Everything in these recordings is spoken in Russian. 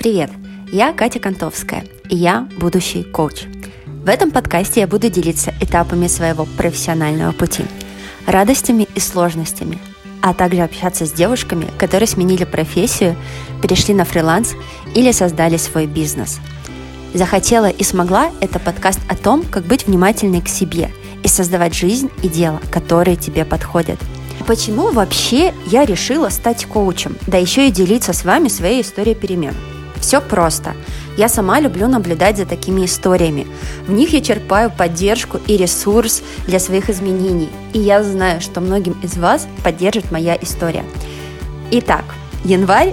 Привет, я Катя Контовская, и я будущий коуч. В этом подкасте я буду делиться этапами своего профессионального пути, радостями и сложностями, а также общаться с девушками, которые сменили профессию, перешли на фриланс или создали свой бизнес. «Захотела и смогла» — это подкаст о том, как быть внимательной к себе и создавать жизнь и дело, которые тебе подходят. Почему вообще я решила стать коучем, да еще и делиться с вами своей историей перемен? Все просто. Я сама люблю наблюдать за такими историями. В них я черпаю поддержку и ресурс для своих изменений. И я знаю, что многим из вас поддержит моя история. Итак, январь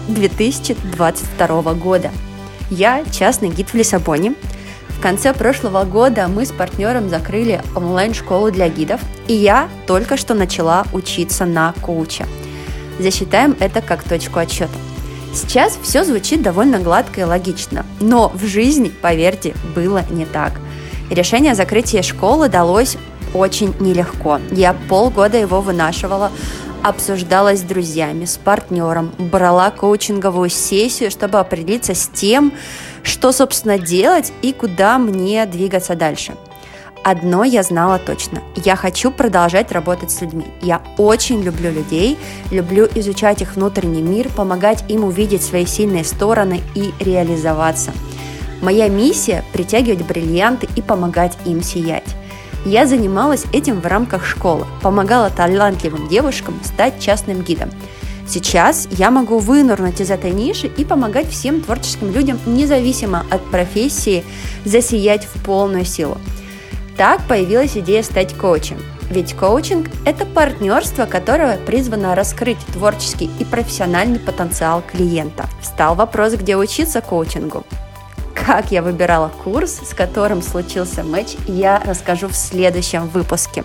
2022 года. Я частный гид в Лиссабоне. В конце прошлого года мы с партнером закрыли онлайн-школу для гидов, и я только что начала учиться на коуча. Засчитаем это как точку отсчета. Сейчас все звучит довольно гладко и логично, но в жизни, поверьте, было не так. Решение о закрытии школы далось очень нелегко. Я полгода его вынашивала, обсуждала с друзьями, с партнером, брала коучинговую сессию, чтобы определиться с тем, что, собственно, делать и куда мне двигаться дальше. Одно я знала точно. Я хочу продолжать работать с людьми. Я очень люблю людей, люблю изучать их внутренний мир, помогать им увидеть свои сильные стороны и реализоваться. Моя миссия – притягивать бриллианты и помогать им сиять. Я занималась этим в рамках школы, помогала талантливым девушкам стать частным гидом. Сейчас я могу вынырнуть из этой ниши и помогать всем творческим людям, независимо от профессии, засиять в полную силу. Так появилась идея стать коучем. Ведь коучинг – это партнерство, которое призвано раскрыть творческий и профессиональный потенциал клиента. Встал вопрос, где учиться коучингу. Как я выбирала курс, с которым случился матч, я расскажу в следующем выпуске.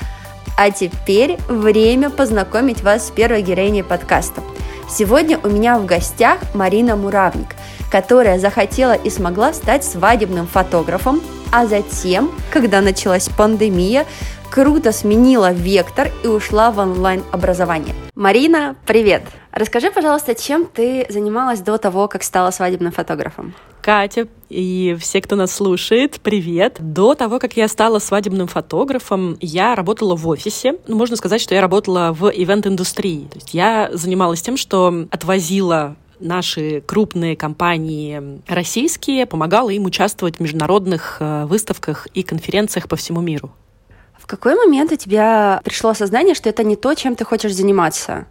А теперь время познакомить вас с первой героиней подкаста. Сегодня у меня в гостях Марина Муравник, которая захотела и смогла стать свадебным фотографом, а затем, когда началась пандемия, круто сменила вектор и ушла в онлайн-образование. Марина, привет! Расскажи, пожалуйста, чем ты занималась до того, как стала свадебным фотографом? Катя и все, кто нас слушает, привет! До того, как я стала свадебным фотографом, я работала в офисе. Можно сказать, что я работала в ивент-индустрии. То есть я занималась тем, что отвозила наши крупные компании российские, помогала им участвовать в международных выставках и конференциях по всему миру. В какой момент у тебя пришло осознание, что это не то, чем ты хочешь заниматься?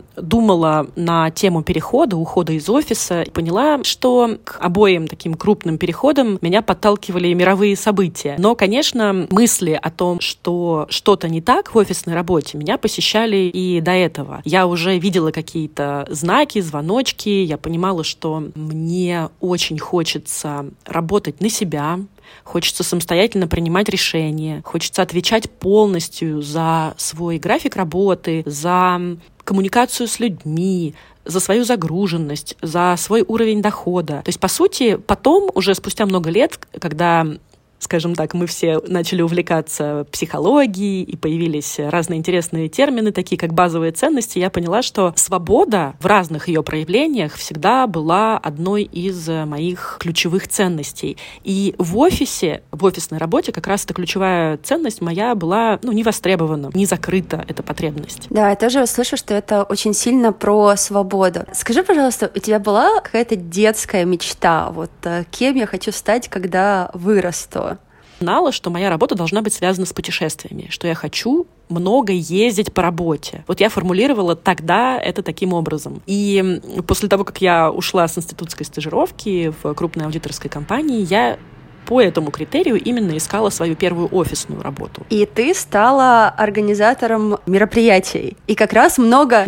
Думала на тему перехода, ухода из офиса, и поняла, что к обоим таким крупным переходам меня подталкивали мировые события. Но, конечно, мысли о том, что что-то не так в офисной работе, меня посещали и до этого. Я уже видела какие-то знаки, звоночки, я понимала, что мне очень хочется работать на себя, хочется самостоятельно принимать решения, хочется отвечать полностью за свой график работы, за коммуникацию с людьми, за свою загруженность, за свой уровень дохода. То есть, по сути, потом, уже спустя много лет, когда, скажем так, мы все начали увлекаться психологией, и появились разные интересные термины, такие как базовые ценности, я поняла, что свобода в разных ее проявлениях всегда была одной из моих ключевых ценностей. И в офисе, в офисной работе как раз эта ключевая ценность моя была не востребована, не закрыта эта потребность. Да, я тоже слышу, что это очень сильно про свободу. Скажи, пожалуйста, у тебя была какая-то детская мечта? Вот кем я хочу стать, когда вырасту? Знала, что моя работа должна быть связана с путешествиями, что я хочу много ездить по работе. Вот я формулировала тогда это таким образом. И после того, как я ушла с институтской стажировки в крупной аудиторской компании, я по этому критерию именно искала свою первую офисную работу. И ты стала организатором мероприятий. И как раз много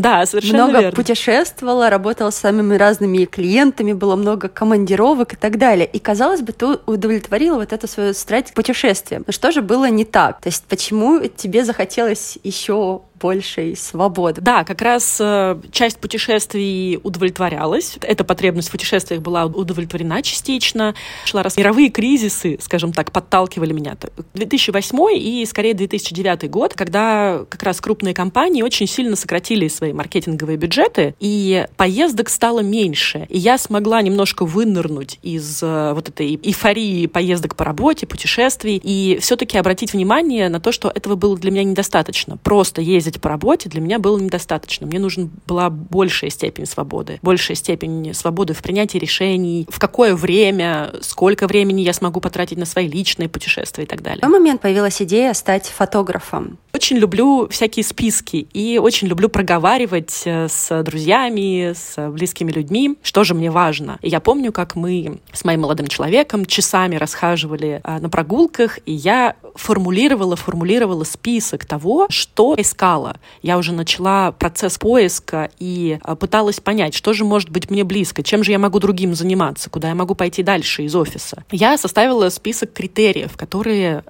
путешествовала, работала с самыми разными клиентами, было много командировок и так далее. И, казалось бы, ты удовлетворила вот эту свою страсть к путешествиям. Но что же было не так? То есть почему тебе захотелось еще большей свободы. Да, как раз часть путешествий удовлетворялась. Эта потребность в путешествиях была удовлетворена частично. Мировые кризисы, скажем так, подталкивали меня. 2008 и, скорее, 2009 год, когда как раз крупные компании очень сильно сократили свои маркетинговые бюджеты, и поездок стало меньше. И я смогла немножко вынырнуть из вот этой эйфории поездок по работе, путешествий, и все-таки обратить внимание на то, что этого было для меня недостаточно. Просто ездить по работе для меня было недостаточно. Мне нужна была большая степень свободы в принятии решений, в какое время, сколько времени я смогу потратить на свои личные путешествия и так далее. В какой момент появилась идея стать фотографом? Очень люблю всякие списки и очень люблю проговаривать с друзьями, с близкими людьми, что же мне важно. И я помню, как мы с моим молодым человеком часами расхаживали на прогулках, и я формулировала список того, что искала. Я уже начала процесс поиска и пыталась понять, что же может быть мне близко, чем же я могу другим заниматься, куда я могу пойти дальше из офиса. Я составила список критериев, которые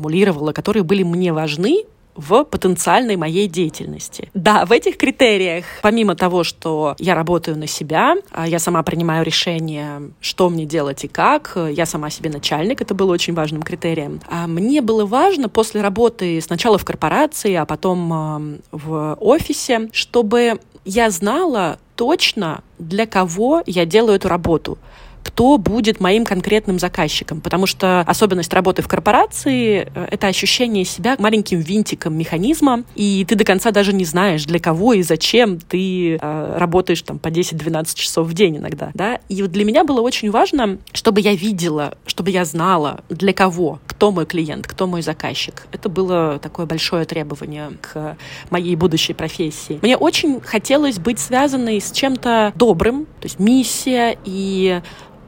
были мне важны в потенциальной моей деятельности. Да, в этих критериях, помимо того, что я работаю на себя, я сама принимаю решение, что мне делать и как, я сама себе начальник, это было очень важным критерием. Мне было важно после работы сначала в корпорации, а потом в офисе, чтобы я знала точно, для кого я делаю эту работу, кто будет моим конкретным заказчиком. Потому что особенность работы в корпорации — это ощущение себя маленьким винтиком механизма, и ты до конца даже не знаешь, для кого и зачем ты работаешь там по 10-12 часов в день иногда. Да? И вот для меня было очень важно, чтобы я видела, чтобы я знала, для кого, кто мой клиент, кто мой заказчик. Это было такое большое требование к моей будущей профессии. Мне очень хотелось быть связанной с чем-то добрым, то есть миссия и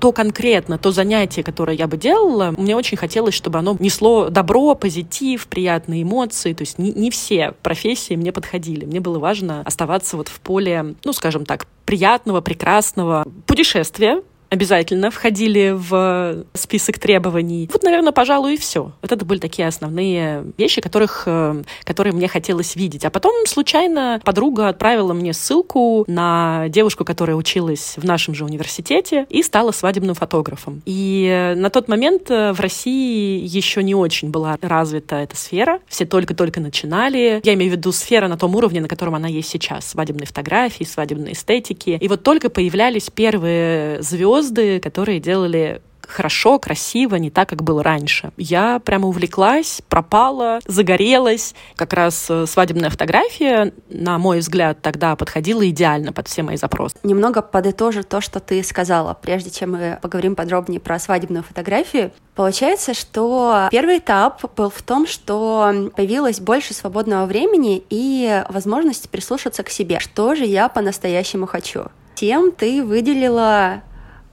то занятие, которое я бы делала, мне очень хотелось, чтобы оно несло добро, позитив, приятные эмоции. То есть не все профессии мне подходили. Мне было важно оставаться вот в поле, скажем так, приятного, прекрасного путешествия. Обязательно входили в список требований. Вот, наверное, пожалуй, и все. Вот это были такие основные вещи, которые мне хотелось видеть. А потом случайно подруга отправила мне ссылку на девушку, которая училась в нашем же университете и стала свадебным фотографом. И на тот момент в России еще не очень была развита эта сфера. Все только-только начинали. Я имею в виду сфера на том уровне, на котором она есть сейчас. Свадебной фотографии, свадебной эстетики. И вот только появлялись первые звезды, которые делали хорошо, красиво, не так, как было раньше. Я прямо увлеклась, пропала, загорелась. Как раз свадебная фотография, на мой взгляд, тогда подходила идеально под все мои запросы. Немного подытожу то, что ты сказала, прежде чем мы поговорим подробнее про свадебную фотографию. Получается, что первый этап был в том, что появилось больше свободного времени и возможность прислушаться к себе. Что же я по-настоящему хочу? Тем ты выделила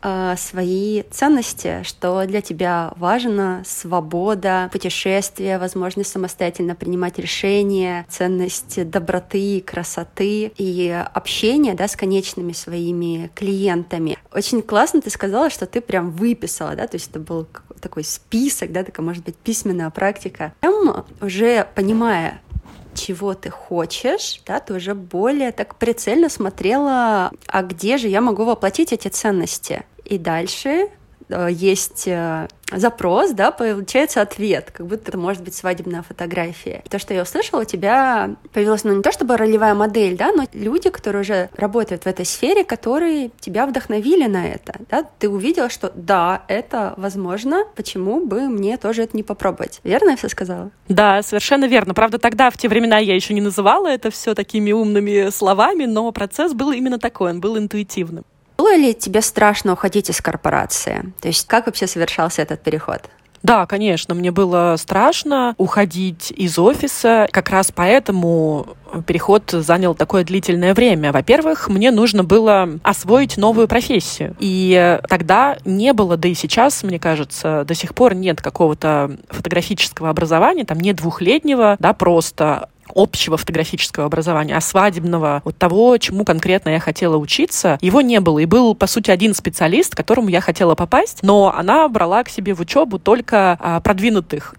свои ценности, что для тебя важно: свобода, путешествие, возможность самостоятельно принимать решения, ценность доброты, красоты и общения, с конечными своими клиентами. Очень классно ты сказала, что ты прям выписала, то есть это был такой список, такая, может быть, письменная практика. Там, уже понимая, чего ты хочешь, ты уже более так прицельно смотрела, а где же я могу воплотить эти ценности. И дальше есть запрос, получается ответ, как будто это может быть свадебная фотография. И то, что я услышала, у тебя появилась, не то чтобы ролевая модель, но люди, которые уже работают в этой сфере, которые тебя вдохновили на это, ты увидела, что да, это возможно, почему бы мне тоже это не попробовать. Верно я все сказала? Да, совершенно верно. Правда, тогда, в те времена, я еще не называла это все такими умными словами, но процесс был именно такой, он был интуитивным. Было ли тебе страшно уходить из корпорации? То есть как вообще совершался этот переход? Да, конечно, мне было страшно уходить из офиса. Как раз поэтому переход занял такое длительное время. Во-первых, мне нужно было освоить новую профессию. И тогда не было, да и сейчас, мне кажется, до сих пор нет какого-то фотографического образования, там нет двухлетнего, просто общего фотографического образования, а свадебного, вот того, чему конкретно я хотела учиться, его не было. И был, по сути, один специалист, к которому я хотела попасть, но она брала к себе в учебу только продвинутых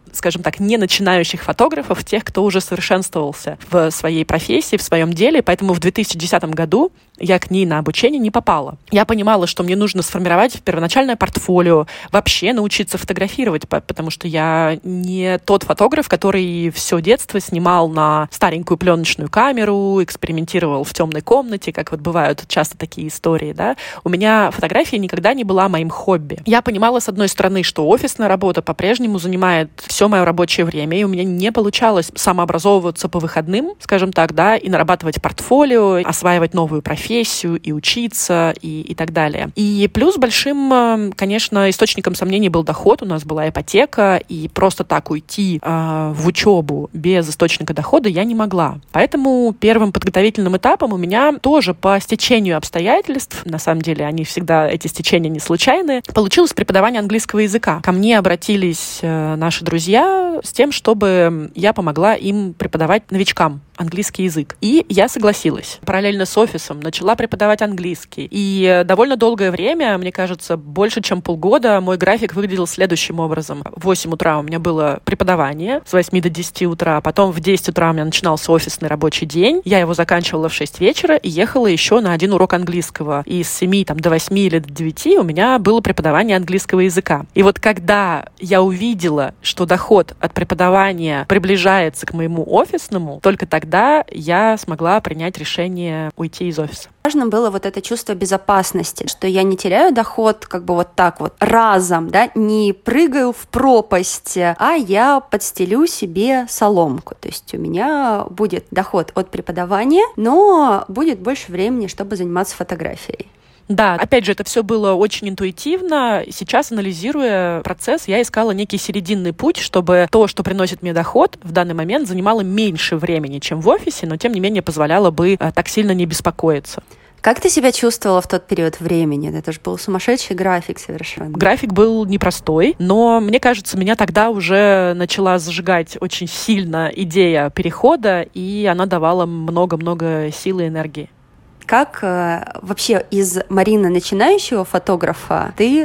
скажем так, не начинающих фотографов, тех, кто уже совершенствовался в своей профессии, в своем деле. Поэтому в 2010 году я к ней на обучение не попала. Я понимала, что мне нужно сформировать первоначальное портфолио, вообще научиться фотографировать, потому что я не тот фотограф, который все детство снимал на старенькую пленочную камеру, экспериментировал в темной комнате, как вот бывают часто такие истории, да. У меня фотография никогда не была моим хобби. Я понимала, с одной стороны, что офисная работа по-прежнему занимает все мое рабочее время, и у меня не получалось самообразовываться по выходным, скажем так, да, и нарабатывать портфолио, осваивать новую профессию и учиться, и так далее. И плюс большим, конечно, источником сомнений был доход. У нас была ипотека, и просто так уйти в учебу без источника дохода я не могла. Поэтому первым подготовительным этапом у меня тоже по стечению обстоятельств, на самом деле они всегда, эти стечения не случайны, получилось преподавание английского языка. Ко мне обратились наши друзья с тем, чтобы я помогла им преподавать новичкам английский язык. И я согласилась. Параллельно с офисом начала преподавать английский. И довольно долгое время, мне кажется, больше, чем полгода, мой график выглядел следующим образом. В 8 утра у меня было преподавание, с 8 до 10 утра. Потом в 10 утра у меня начинался офисный рабочий день. Я его заканчивала в 6 вечера и ехала еще на один урок английского. И с 7 до 8 или до 9 у меня было преподавание английского языка. И вот когда я увидела, что доход от преподавания приближается к моему офисному, только тогда я смогла принять решение уйти из офиса. Важно было вот это чувство безопасности, что я не теряю доход как бы вот так вот разом, да, не прыгаю в пропасть, а я подстелю себе соломку. То есть у меня будет доход от преподавания, но будет больше времени, чтобы заниматься фотографией. Да, опять же, это все было очень интуитивно. Сейчас, анализируя процесс, я искала некий серединный путь, чтобы то, что приносит мне доход, в данный момент занимало меньше времени, чем в офисе, но, тем не менее, позволяло бы так сильно не беспокоиться. Как ты себя чувствовала в тот период времени? Это же был сумасшедший график совершенно. График был непростой, но, мне кажется, меня тогда уже начала зажигать очень сильно идея перехода, и она давала много-много сил и энергии. Как вообще из Марины начинающего фотографа ты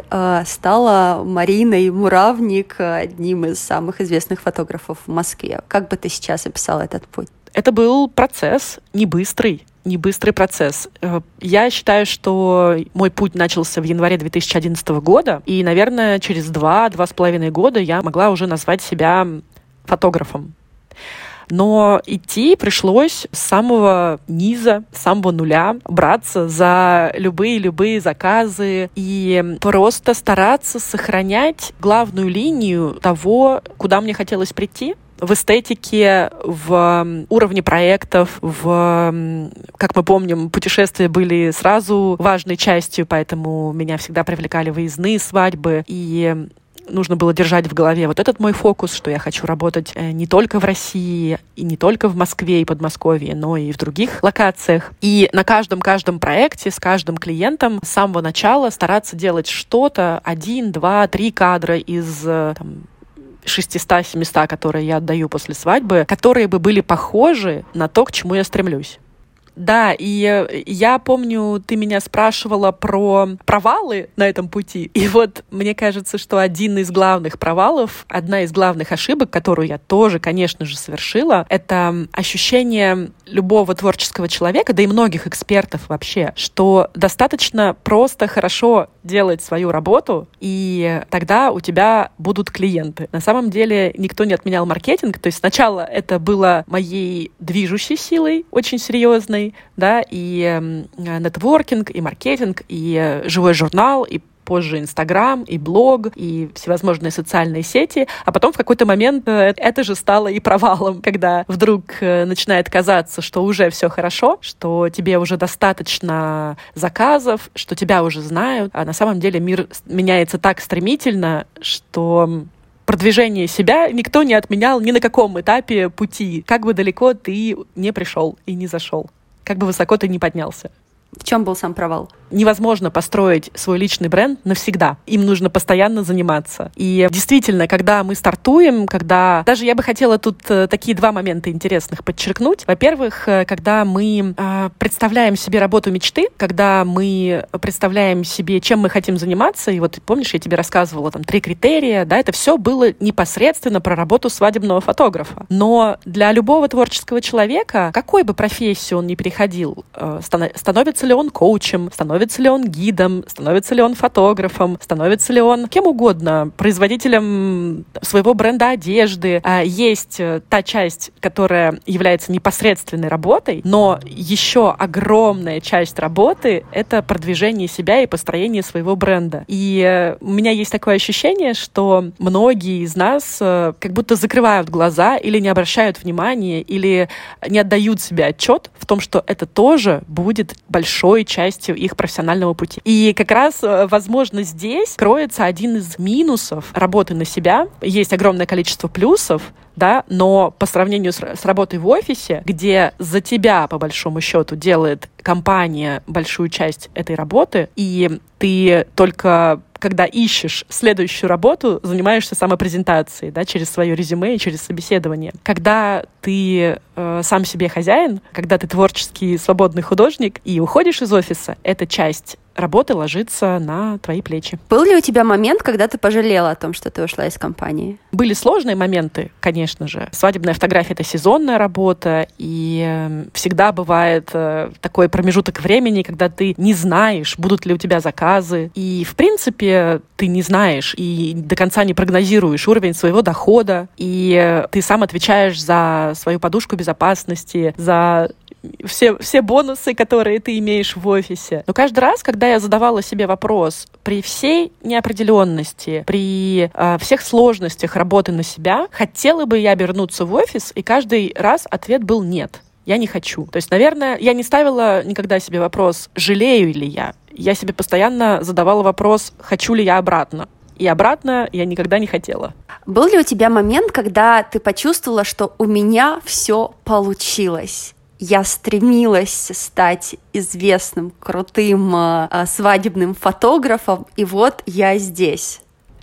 стала Мариной Муравник, одним из самых известных фотографов в Москве? Как бы ты сейчас описала этот путь? Это был процесс не быстрый процесс. Я считаю, что мой путь начался в январе 2011 года, и, наверное, через 2-2,5 года я могла уже назвать себя фотографом. Но идти пришлось с самого низа, с самого нуля, браться за любые заказы и просто стараться сохранять главную линию того, куда мне хотелось прийти. В эстетике, в уровне проектов, как мы помним, путешествия были сразу важной частью, поэтому меня всегда привлекали выездные свадьбы, и нужно было держать в голове вот этот мой фокус, что я хочу работать не только в России, и не только в Москве и Подмосковье, но и в других локациях. И на каждом проекте с каждым клиентом с самого начала стараться делать что-то, 1, 2, 3 кадра из 600-700, которые я отдаю после свадьбы, которые бы были похожи на то, к чему я стремлюсь. Да, и я помню, ты меня спрашивала про провалы на этом пути. И вот мне кажется, что один из главных провалов, одна из главных ошибок, которую я тоже, конечно же, совершила, это ощущение любого творческого человека, да и многих экспертов вообще, что достаточно просто хорошо делать свою работу, и тогда у тебя будут клиенты. На самом деле никто не отменял маркетинг, то есть сначала это было моей движущей силой, очень серьезной, да, и нетворкинг, и маркетинг, и живой журнал, и позже Инстаграм, и блог, и всевозможные социальные сети, а потом в какой-то момент это же стало и провалом, когда вдруг начинает казаться, что уже все хорошо, что тебе уже достаточно заказов, что тебя уже знают, а на самом деле мир меняется так стремительно, что продвижение себя никто не отменял ни на каком этапе пути, как бы далеко ты не пришел и не зашел, как бы высоко ты не поднялся. В чем был сам провал? Невозможно построить свой личный бренд навсегда. Им нужно постоянно заниматься. И действительно, когда мы стартуем, когда... Даже я бы хотела тут такие два момента интересных подчеркнуть. Во-первых, когда мы представляем себе работу мечты, когда мы представляем себе, чем мы хотим заниматься, и вот помнишь, я тебе рассказывала там 3 критерия, да, это все было непосредственно про работу свадебного фотографа. Но для любого творческого человека, какой бы профессию он ни переходил, становится ли он коучем, становится ли он гидом, становится ли он фотографом, становится ли он кем угодно, производителем своего бренда одежды. Есть та часть, которая является непосредственной работой, но еще огромная часть работы — это продвижение себя и построение своего бренда. И у меня есть такое ощущение, что многие из нас как будто закрывают глаза или не обращают внимания, или не отдают себе отчет в том, что это тоже будет большой частью их профессионального пути. И как раз, возможно, здесь кроется один из минусов работы на себя. Есть огромное количество плюсов, да, но по сравнению с работой в офисе, где за тебя, по большому счету, делает компания большую часть этой работы, и ты только когда ищешь следующую работу, занимаешься самопрезентацией, да, через свое резюме и через собеседование. Когда ты сам себе хозяин, когда ты творческий свободный художник и уходишь из офиса, эта часть работы ложится на твои плечи. Был ли у тебя момент, когда ты пожалела о том, что ты ушла из компании? Были сложные моменты, конечно же. Свадебная фотография — это сезонная работа, и всегда бывает такой промежуток времени, когда ты не знаешь, будут ли у тебя заказы. И, в принципе, ты не знаешь и до конца не прогнозируешь уровень своего дохода, и ты сам отвечаешь за свою подушку безопасности, за все бонусы, которые ты имеешь в офисе. Но каждый раз, когда я задавала себе вопрос, при всей неопределенности, при всех сложностях работы на себя, хотела бы я вернуться в офис, и каждый раз ответ был нет. Я не хочу. То есть, наверное, я не ставила никогда себе вопрос, жалею ли я. Я себе постоянно задавала вопрос, хочу ли я обратно. И обратно я никогда не хотела. Был ли у тебя момент, когда ты почувствовала, что у меня все получилось? Я стремилась стать известным, крутым свадебным фотографом, и вот я здесь.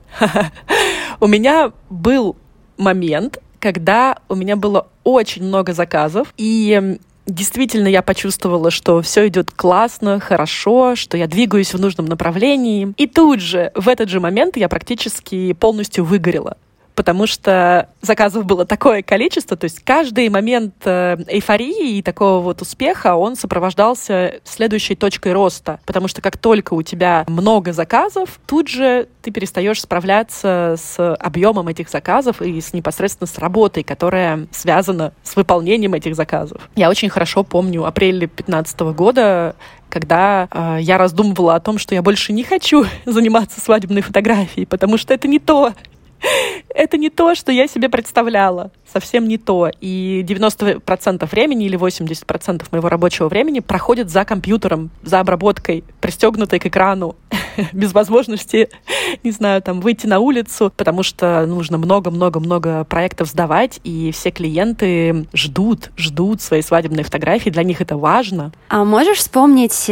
У меня был момент, когда у меня было очень много заказов, и действительно я почувствовала, что все идет классно, хорошо, что я двигаюсь в нужном направлении. И тут же, в этот же момент, я практически полностью выгорела. Потому что заказов было такое количество, то есть каждый момент эйфории и такого вот успеха, он сопровождался следующей точкой роста. Потому что как только у тебя много заказов, тут же ты перестаешь справляться с объемом этих заказов и непосредственно с работой, которая связана с выполнением этих заказов. Я очень хорошо помню апрель 2015 года, когда я раздумывала о том, что я больше не хочу заниматься свадебной фотографией, потому что это не то. Это не то, что я себе представляла. Совсем не то. И 90% времени или 80% моего рабочего времени проходит за компьютером, за обработкой, пристегнутой к экрану, без возможности, не знаю, там, выйти на улицу, потому что нужно много-много-много проектов сдавать, и все клиенты ждут свои свадебные фотографии, для них это важно. А можешь вспомнить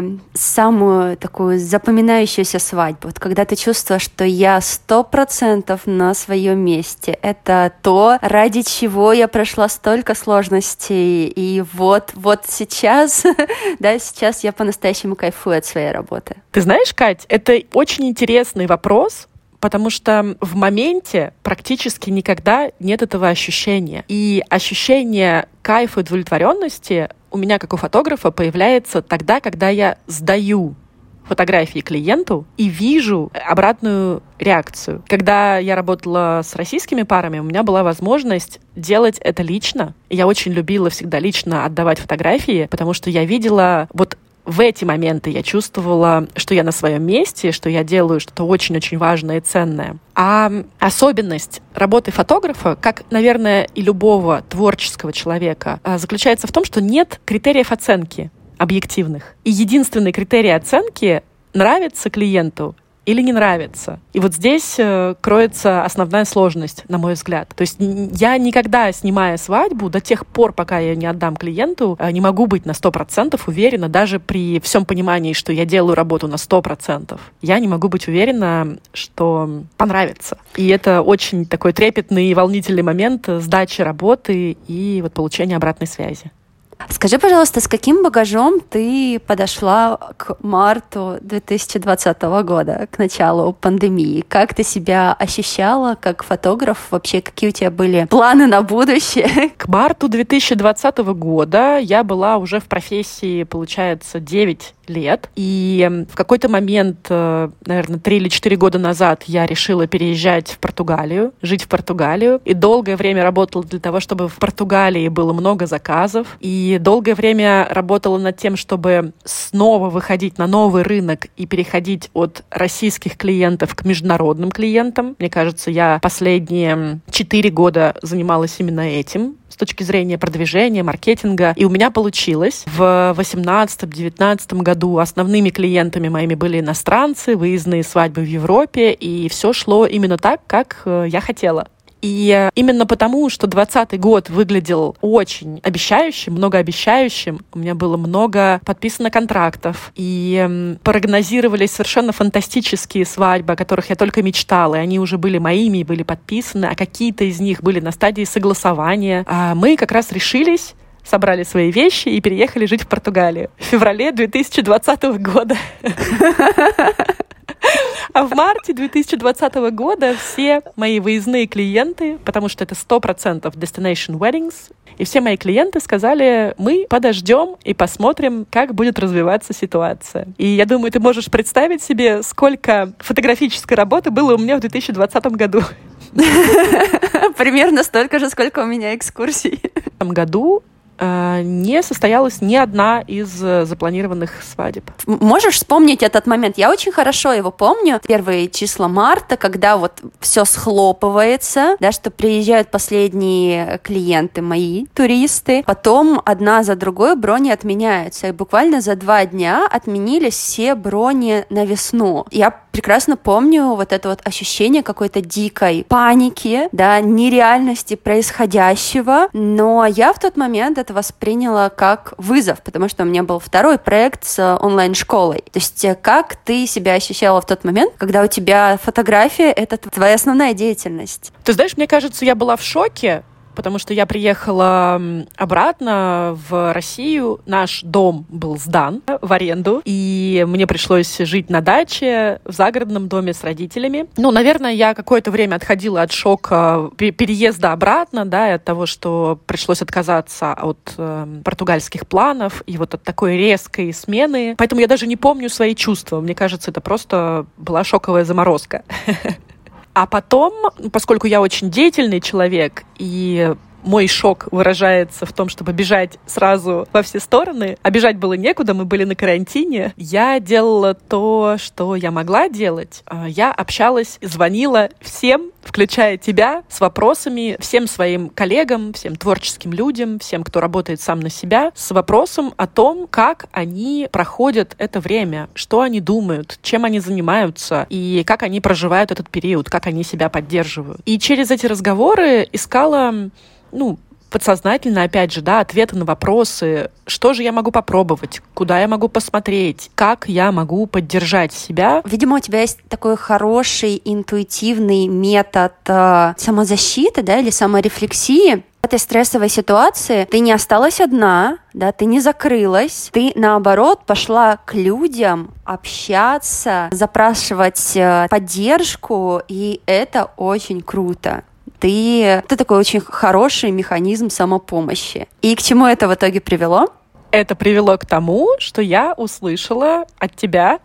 самую такую запоминающуюся свадьбу? Вот когда ты чувствуешь, что я 100% на своем месте. Это то, ради чего я прошла столько сложностей, и вот сейчас, да, сейчас я по-настоящему кайфую от своей работы. Ты знаешь, Кать, это очень интересный вопрос, потому что в моменте практически никогда нет этого ощущения. И ощущение кайфа и удовлетворенности у меня, как у фотографа, появляется тогда, когда я сдаю фотографии клиенту и вижу обратную реакцию. Когда я работала с российскими парами, у меня была возможность делать это лично. Я очень любила всегда лично отдавать фотографии, потому что я видела вот в эти моменты я чувствовала, что я на своем месте, что я делаю что-то очень-очень важное и ценное. А особенность работы фотографа, как, наверное, и любого творческого человека, заключается в том, что нет критериев оценки объективных. И единственный критерий оценки — нравится клиенту или не нравится. И вот здесь кроется основная сложность, на мой взгляд. То есть я никогда, снимая свадьбу, до тех пор, пока я не отдам клиенту, не могу быть на 100% уверена, даже при всем понимании, что я делаю работу на 100%. Я не могу быть уверена, что понравится. И это очень такой трепетный и волнительный момент сдачи работы и вот получения обратной связи. Скажи, пожалуйста, с каким багажом ты подошла к марту 2020 года, к началу пандемии? Как ты себя ощущала как фотограф? Вообще, какие у тебя были планы на будущее? К марту 2020 года я была уже в профессии, получается, 9 лет. И в какой-то момент, наверное, 3 или 4 года назад я решила переезжать в Португалию, жить в Португалию. И долгое время работала для того, чтобы в Португалии было много заказов. И долгое время работала над тем, чтобы снова выходить на новый рынок и переходить от российских клиентов к международным клиентам. Мне кажется, я последние 4 года занималась именно этим с точки зрения продвижения, маркетинга. И у меня получилось. В 2018-2019 году основными клиентами моими были иностранцы, выездные свадьбы в Европе, и все шло именно так, как я хотела. И именно потому, что 2020 год выглядел очень обещающим, многообещающим, у меня было много подписано контрактов, и прогнозировались совершенно фантастические свадьбы, о которых я только мечтала, и они уже были моими, были подписаны, а какие-то из них были на стадии согласования. А мы как раз решились, собрали свои вещи и переехали жить в Португалию в феврале 2020 года. А в марте 2020 года все мои выездные клиенты, потому что это 100% destination weddings, и все мои клиенты сказали, мы подождем и посмотрим, как будет развиваться ситуация. И я думаю, ты можешь представить себе, сколько фотографической работы было у меня в 2020 году. Примерно столько же, сколько у меня экскурсий. В этом году не состоялась ни одна из запланированных свадеб. Можешь вспомнить этот момент? Я очень хорошо его помню. Первые числа марта, когда вот все схлопывается, да, что приезжают последние клиенты мои, туристы. Потом одна за другой брони отменяются. И буквально за 2 дня отменились все брони на весну. Я прекрасно помню вот это вот ощущение какой-то дикой паники, да, нереальности происходящего. Но я в тот момент это восприняла как вызов, потому что у меня был второй проект с онлайн-школой. То есть как ты себя ощущала в тот момент, когда у тебя фотография — это твоя основная деятельность? Ты знаешь, мне кажется, я была в шоке, потому что я приехала обратно в Россию. Наш дом был сдан в аренду, и мне пришлось жить на даче в загородном доме с родителями. Ну, наверное, я какое-то время отходила от шока переезда обратно, да, и от того, что пришлось отказаться от португальских планов и вот от такой резкой смены. Поэтому я даже не помню свои чувства. Мне кажется, это просто была шоковая заморозка. А потом, поскольку я очень деятельный человек, и мой шок выражается в том, чтобы бежать сразу во все стороны, а бежать было некуда, мы были на карантине, я делала то, что я могла делать. Я общалась, звонила всем, включая тебя, с вопросами, всем своим коллегам, всем творческим людям, всем, кто работает сам на себя, с вопросом о том, как они проходят это время, что они думают, чем они занимаются и как они проживают этот период, как они себя поддерживают. И через эти разговоры искала, подсознательно, опять же, да, ответы на вопросы, что же я могу попробовать, куда я могу посмотреть, как я могу поддержать себя. Видимо, у тебя есть такой хороший интуитивный метод самозащиты, да, или саморефлексии. В этой стрессовой ситуации ты не осталась одна, да, ты не закрылась, ты, наоборот, пошла к людям общаться, запрашивать поддержку, и это очень круто. Это такой очень хороший механизм самопомощи. И к чему это в итоге привело? Это привело к тому, что я услышала от тебя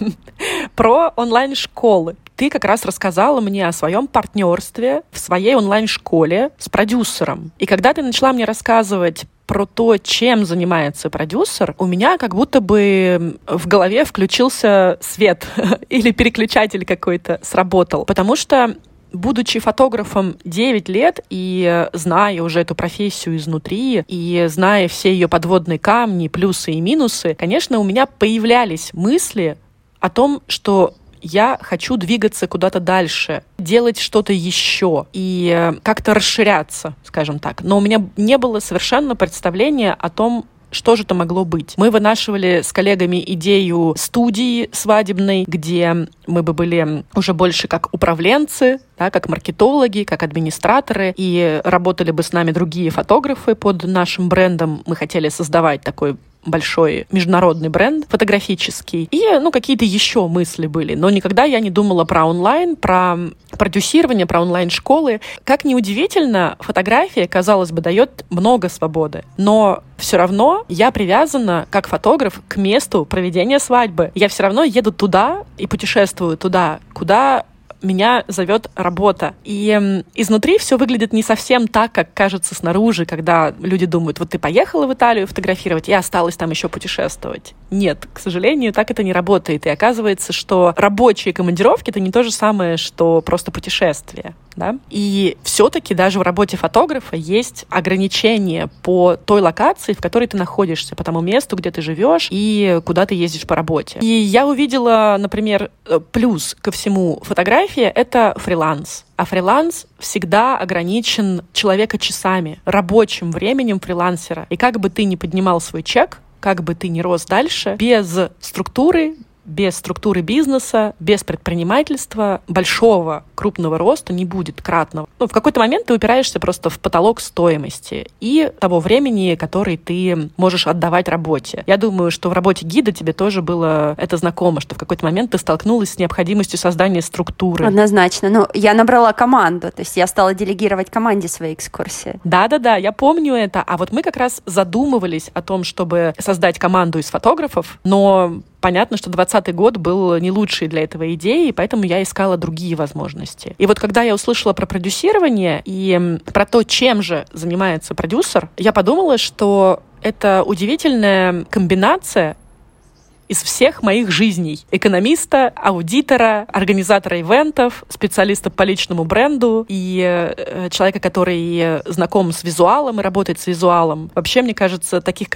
про онлайн-школы. Ты как раз рассказала мне о своем партнерстве в своей онлайн-школе с продюсером. И когда ты начала мне рассказывать про то, чем занимается продюсер, у меня как будто бы в голове включился свет или переключатель какой-то сработал. Потому что будучи фотографом 9 лет и зная уже эту профессию изнутри, и зная все ее подводные камни, плюсы и минусы, конечно, у меня появлялись мысли о том, что я хочу двигаться куда-то дальше, делать что-то еще и как-то расширяться, скажем так. Но у меня не было совершенно представления о том, что же это могло быть. Мы вынашивали с коллегами идею студии свадебной, где мы бы были уже больше как управленцы, да, как маркетологи, как администраторы, и работали бы с нами другие фотографы под нашим брендом. Мы хотели создавать такой большой международный бренд фотографический. И, какие-то еще мысли были. Но никогда я не думала про онлайн, про продюсирование, про онлайн-школы. Как ни удивительно, фотография, казалось бы, дает много свободы. Но все равно я привязана, как фотограф, к месту проведения свадьбы. Я все равно еду туда и путешествую туда, куда меня зовет работа. И изнутри все выглядит не совсем так, как кажется снаружи, когда люди думают, вот ты поехала в Италию фотографировать, я осталась там еще путешествовать. Нет, к сожалению, так это не работает. И оказывается, что рабочие командировки — это не то же самое, что просто путешествие. Да? И все-таки даже в работе фотографа есть ограничения по той локации, в которой ты находишься, по тому месту, где ты живешь и куда ты ездишь по работе. И я увидела, например, плюс ко всему фотографии — это фриланс. А фриланс всегда ограничен человека-часами, рабочим временем фрилансера. И как бы ты ни поднимал свой чек, как бы ты ни рос дальше, без структуры бизнеса, без предпринимательства большого, крупного роста не будет, кратного. В какой-то момент ты упираешься просто в потолок стоимости и того времени, который ты можешь отдавать работе. Я думаю, что в работе гида тебе тоже было это знакомо, что в какой-то момент ты столкнулась с необходимостью создания структуры. Однозначно. Я набрала команду, то есть я стала делегировать команде свои экскурсии. Да, я помню это. А вот мы как раз задумывались о том, чтобы создать команду из фотографов, но понятно, что 2020 год был не лучший для этого идеи, поэтому я искала другие возможности. И вот когда я услышала про продюсирование и про то, чем же занимается продюсер, я подумала, что это удивительная комбинация из всех моих жизней. Экономиста, аудитора, организатора ивентов, специалиста по личному бренду и человека, который знаком с визуалом и работает с визуалом. Вообще, мне кажется, такую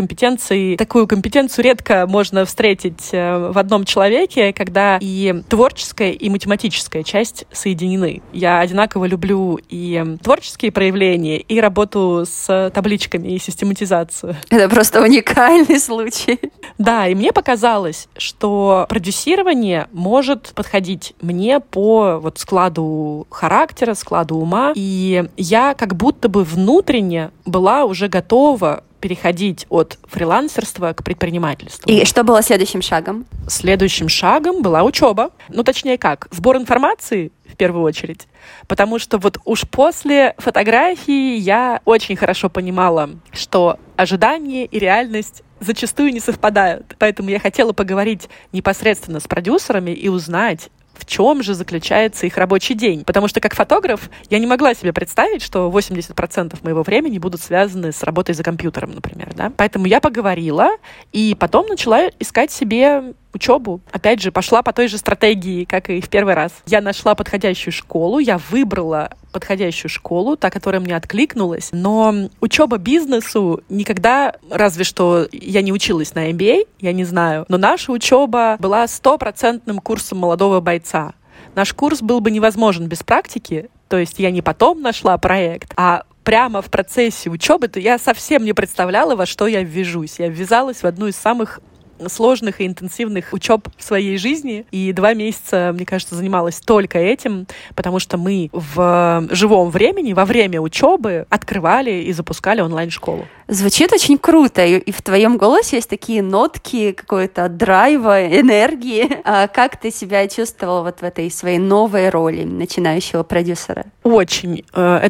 компетенцию редко можно встретить в одном человеке, когда и творческая, и математическая часть соединены. Я одинаково люблю и творческие проявления, и работу с табличками, и систематизацию. Это просто уникальный случай. Да, и мне показалось, что продюсирование может подходить мне по складу характера, складу ума, и я как будто бы внутренне была уже готова переходить от фрилансерства к предпринимательству. И что было следующим шагом? Следующим шагом была учеба. Точнее как, сбор информации в первую очередь. Потому что уж после фотографии я очень хорошо понимала, что ожидания и реальность зачастую не совпадают. Поэтому я хотела поговорить непосредственно с продюсерами и узнать, в чем же заключается их рабочий день. Потому что как фотограф я не могла себе представить, что 80% моего времени будут связаны с работой за компьютером, например. Да? Поэтому я поговорила и потом начала искать себе учебу. Опять же, пошла по той же стратегии, как и в первый раз. Я нашла подходящую школу, я выбрала подходящую школу, та, которая мне откликнулась, но учеба бизнесу никогда, разве что я не училась на MBA, я не знаю, но наша учеба была 100% курсом молодого бойца. Наш курс был бы невозможен без практики, то есть я не потом нашла проект, а прямо в процессе учебы-то я совсем не представляла, во что я ввяжусь. Я ввязалась в одну из самых сложных и интенсивных учеб в своей жизни. И 2 месяца, мне кажется, занималась только этим, потому что мы в живом времени, во время учебы открывали и запускали онлайн-школу. Звучит очень круто, и в твоем голосе есть такие нотки какой-то драйва, энергии. А как ты себя чувствовала в этой своей новой роли начинающего продюсера? Очень.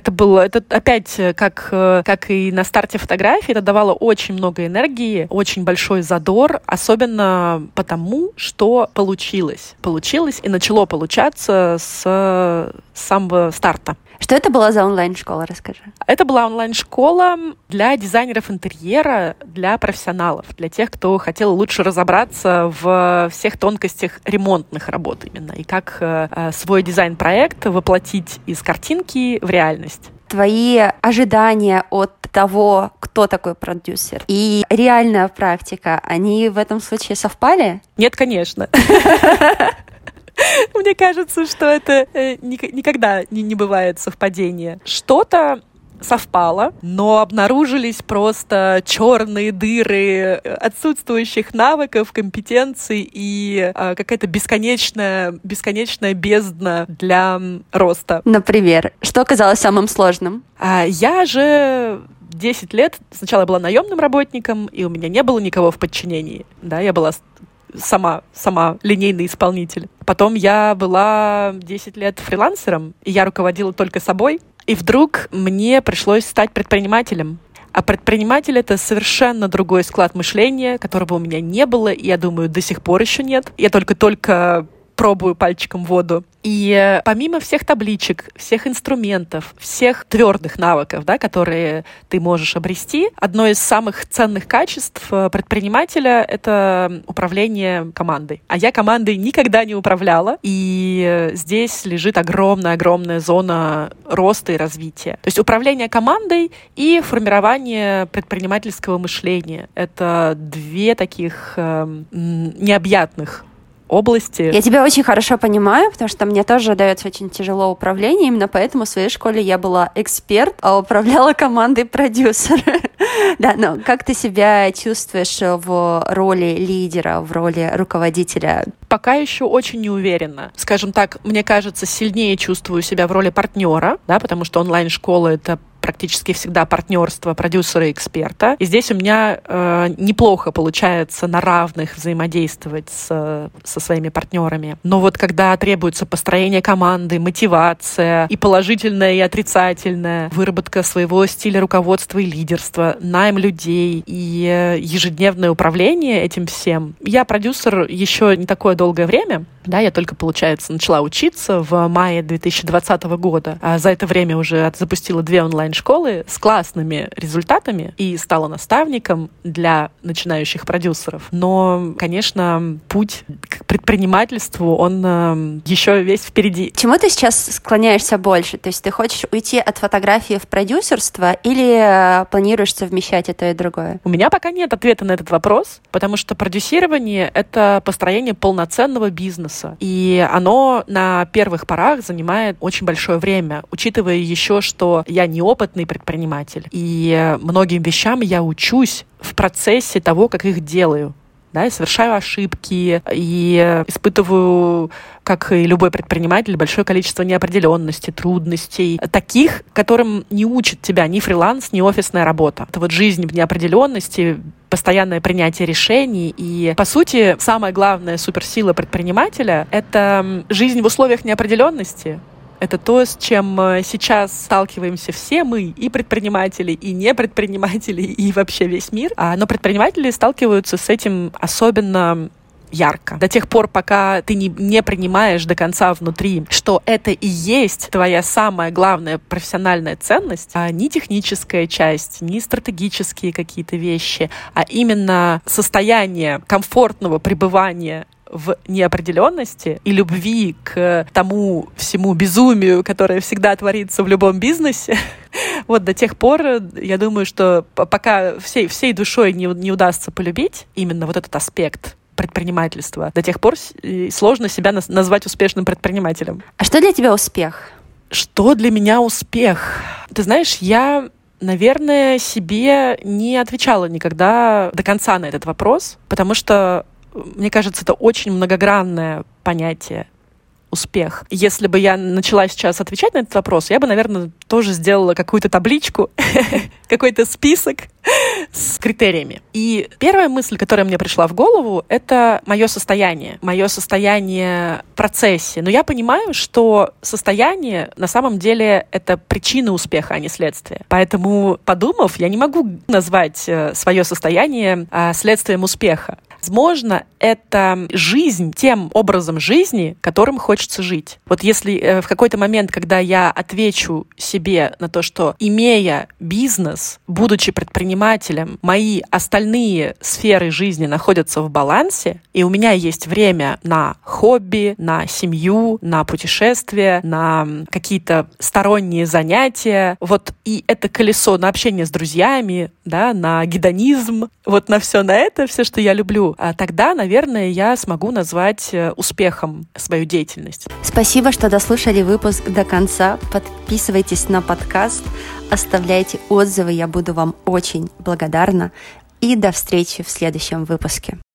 Это опять, как и на старте фотографии, это давало очень много энергии, очень большой задор, особенно потому, что получилось. Получилось и начало получаться с самого старта. Что это была за онлайн-школа, расскажи. Это была онлайн-школа для дизайнеров интерьера, для профессионалов, для тех, кто хотел лучше разобраться в всех тонкостях ремонтных работ именно, и как свой дизайн-проект воплотить из картинки в реальность. Твои ожидания от того, кто такой продюсер, и реальная практика, они в этом случае совпали? Нет, конечно. Мне кажется, что это никогда не бывает совпадение. Что-то совпало, но обнаружились просто черные дыры отсутствующих навыков, компетенций и какая-то бесконечная бездна для роста. Например, что оказалось самым сложным? Я же 10 лет сначала была наемным работником, и у меня не было никого в подчинении. Да, я была сама линейный исполнитель. Потом я была 10 лет фрилансером, и я руководила только собой. И вдруг мне пришлось стать предпринимателем. А предприниматель — это совершенно другой склад мышления, которого у меня не было, и, я думаю, до сих пор еще нет. Я только пробую пальчиком воду. И помимо всех табличек, всех инструментов, всех твердых навыков, да, которые ты можешь обрести, одно из самых ценных качеств предпринимателя — это управление командой. А я командой никогда не управляла, и здесь лежит огромная зона роста и развития. То есть управление командой и формирование предпринимательского мышления — это две таких необъятных области. Я тебя очень хорошо понимаю, потому что мне тоже дается очень тяжело управление. Именно поэтому в своей школе я была эксперт, а управляла командой продюсера. Да, но как ты себя чувствуешь в роли лидера, в роли руководителя? Пока еще очень неуверенно. Скажем так, мне кажется, сильнее чувствую себя в роли партнера, да, потому что онлайн-школа — это практически всегда партнерство продюсера и эксперта. И здесь у меня неплохо получается на равных взаимодействовать со своими партнерами. Но вот когда требуется построение команды, мотивация, и положительная, и отрицательная, выработка своего стиля руководства и лидерства, найм людей и ежедневное управление этим всем. Я продюсер еще не такое долгое время. Да, я только, получается, начала учиться в мае 2020 года. А за это время уже запустила 2 онлайн-школы с классными результатами и стала наставником для начинающих продюсеров. Но, конечно, путь к предпринимательству, он еще весь впереди. Чему ты сейчас склоняешься больше? То есть ты хочешь уйти от фотографии в продюсерство или планируешь совмещать и то, и другое? У меня пока нет ответа на этот вопрос, потому что продюсирование — это построение полноценного бизнеса. И оно на первых порах занимает очень большое время, учитывая еще, что я неопытный предприниматель. И многим вещам я учусь в процессе того, как их делаю. Да, я совершаю ошибки и испытываю, как и любой предприниматель, большое количество неопределенностей, трудностей, таких, которым не учит тебя ни фриланс, ни офисная работа. Это вот жизнь в неопределенности, постоянное принятие решений. И, по сути, самая главная суперсила предпринимателя — это жизнь в условиях неопределенности. Это то, с чем сейчас сталкиваемся все мы, и предприниматели, и непредприниматели, и вообще весь мир. Но предприниматели сталкиваются с этим особенно ярко. До тех пор, пока ты не принимаешь до конца внутри, что это и есть твоя самая главная профессиональная ценность, не техническая часть, не стратегические какие-то вещи, а именно состояние комфортного пребывания в неопределенности и любви к тому всему безумию, которое всегда творится в любом бизнесе, вот до тех пор, я думаю, что пока всей душой не удастся полюбить именно вот этот аспект предпринимательства, до тех пор сложно себя назвать успешным предпринимателем. А что для тебя успех? Что для меня успех? Ты знаешь, я, наверное, себе не отвечала никогда до конца на этот вопрос, потому что мне кажется, это очень многогранное понятие успех. Если бы я начала сейчас отвечать на этот вопрос, я бы, наверное, тоже сделала какую-то табличку, какой-то список с критериями. И первая мысль, которая мне пришла в голову, это мое состояние в процессе. Но я понимаю, что состояние на самом деле это причина успеха, а не следствие. Поэтому, подумав, я не могу назвать свое состояние следствием успеха. Возможно, это жизнь тем образом жизни, которым хочет хочется жить. Вот если в какой-то момент, когда я отвечу себе на то, что, имея бизнес, будучи предпринимателем, мои остальные сферы жизни находятся в балансе, и у меня есть время на хобби, на семью, на путешествия, на какие-то сторонние занятия, вот, и это колесо на общение с друзьями, да, на гедонизм, вот на все что я люблю, тогда, наверное, я смогу назвать успехом свою деятельность. Спасибо, что дослушали выпуск до конца. Подписывайтесь на подкаст, оставляйте отзывы, я буду вам очень благодарна. И до встречи в следующем выпуске.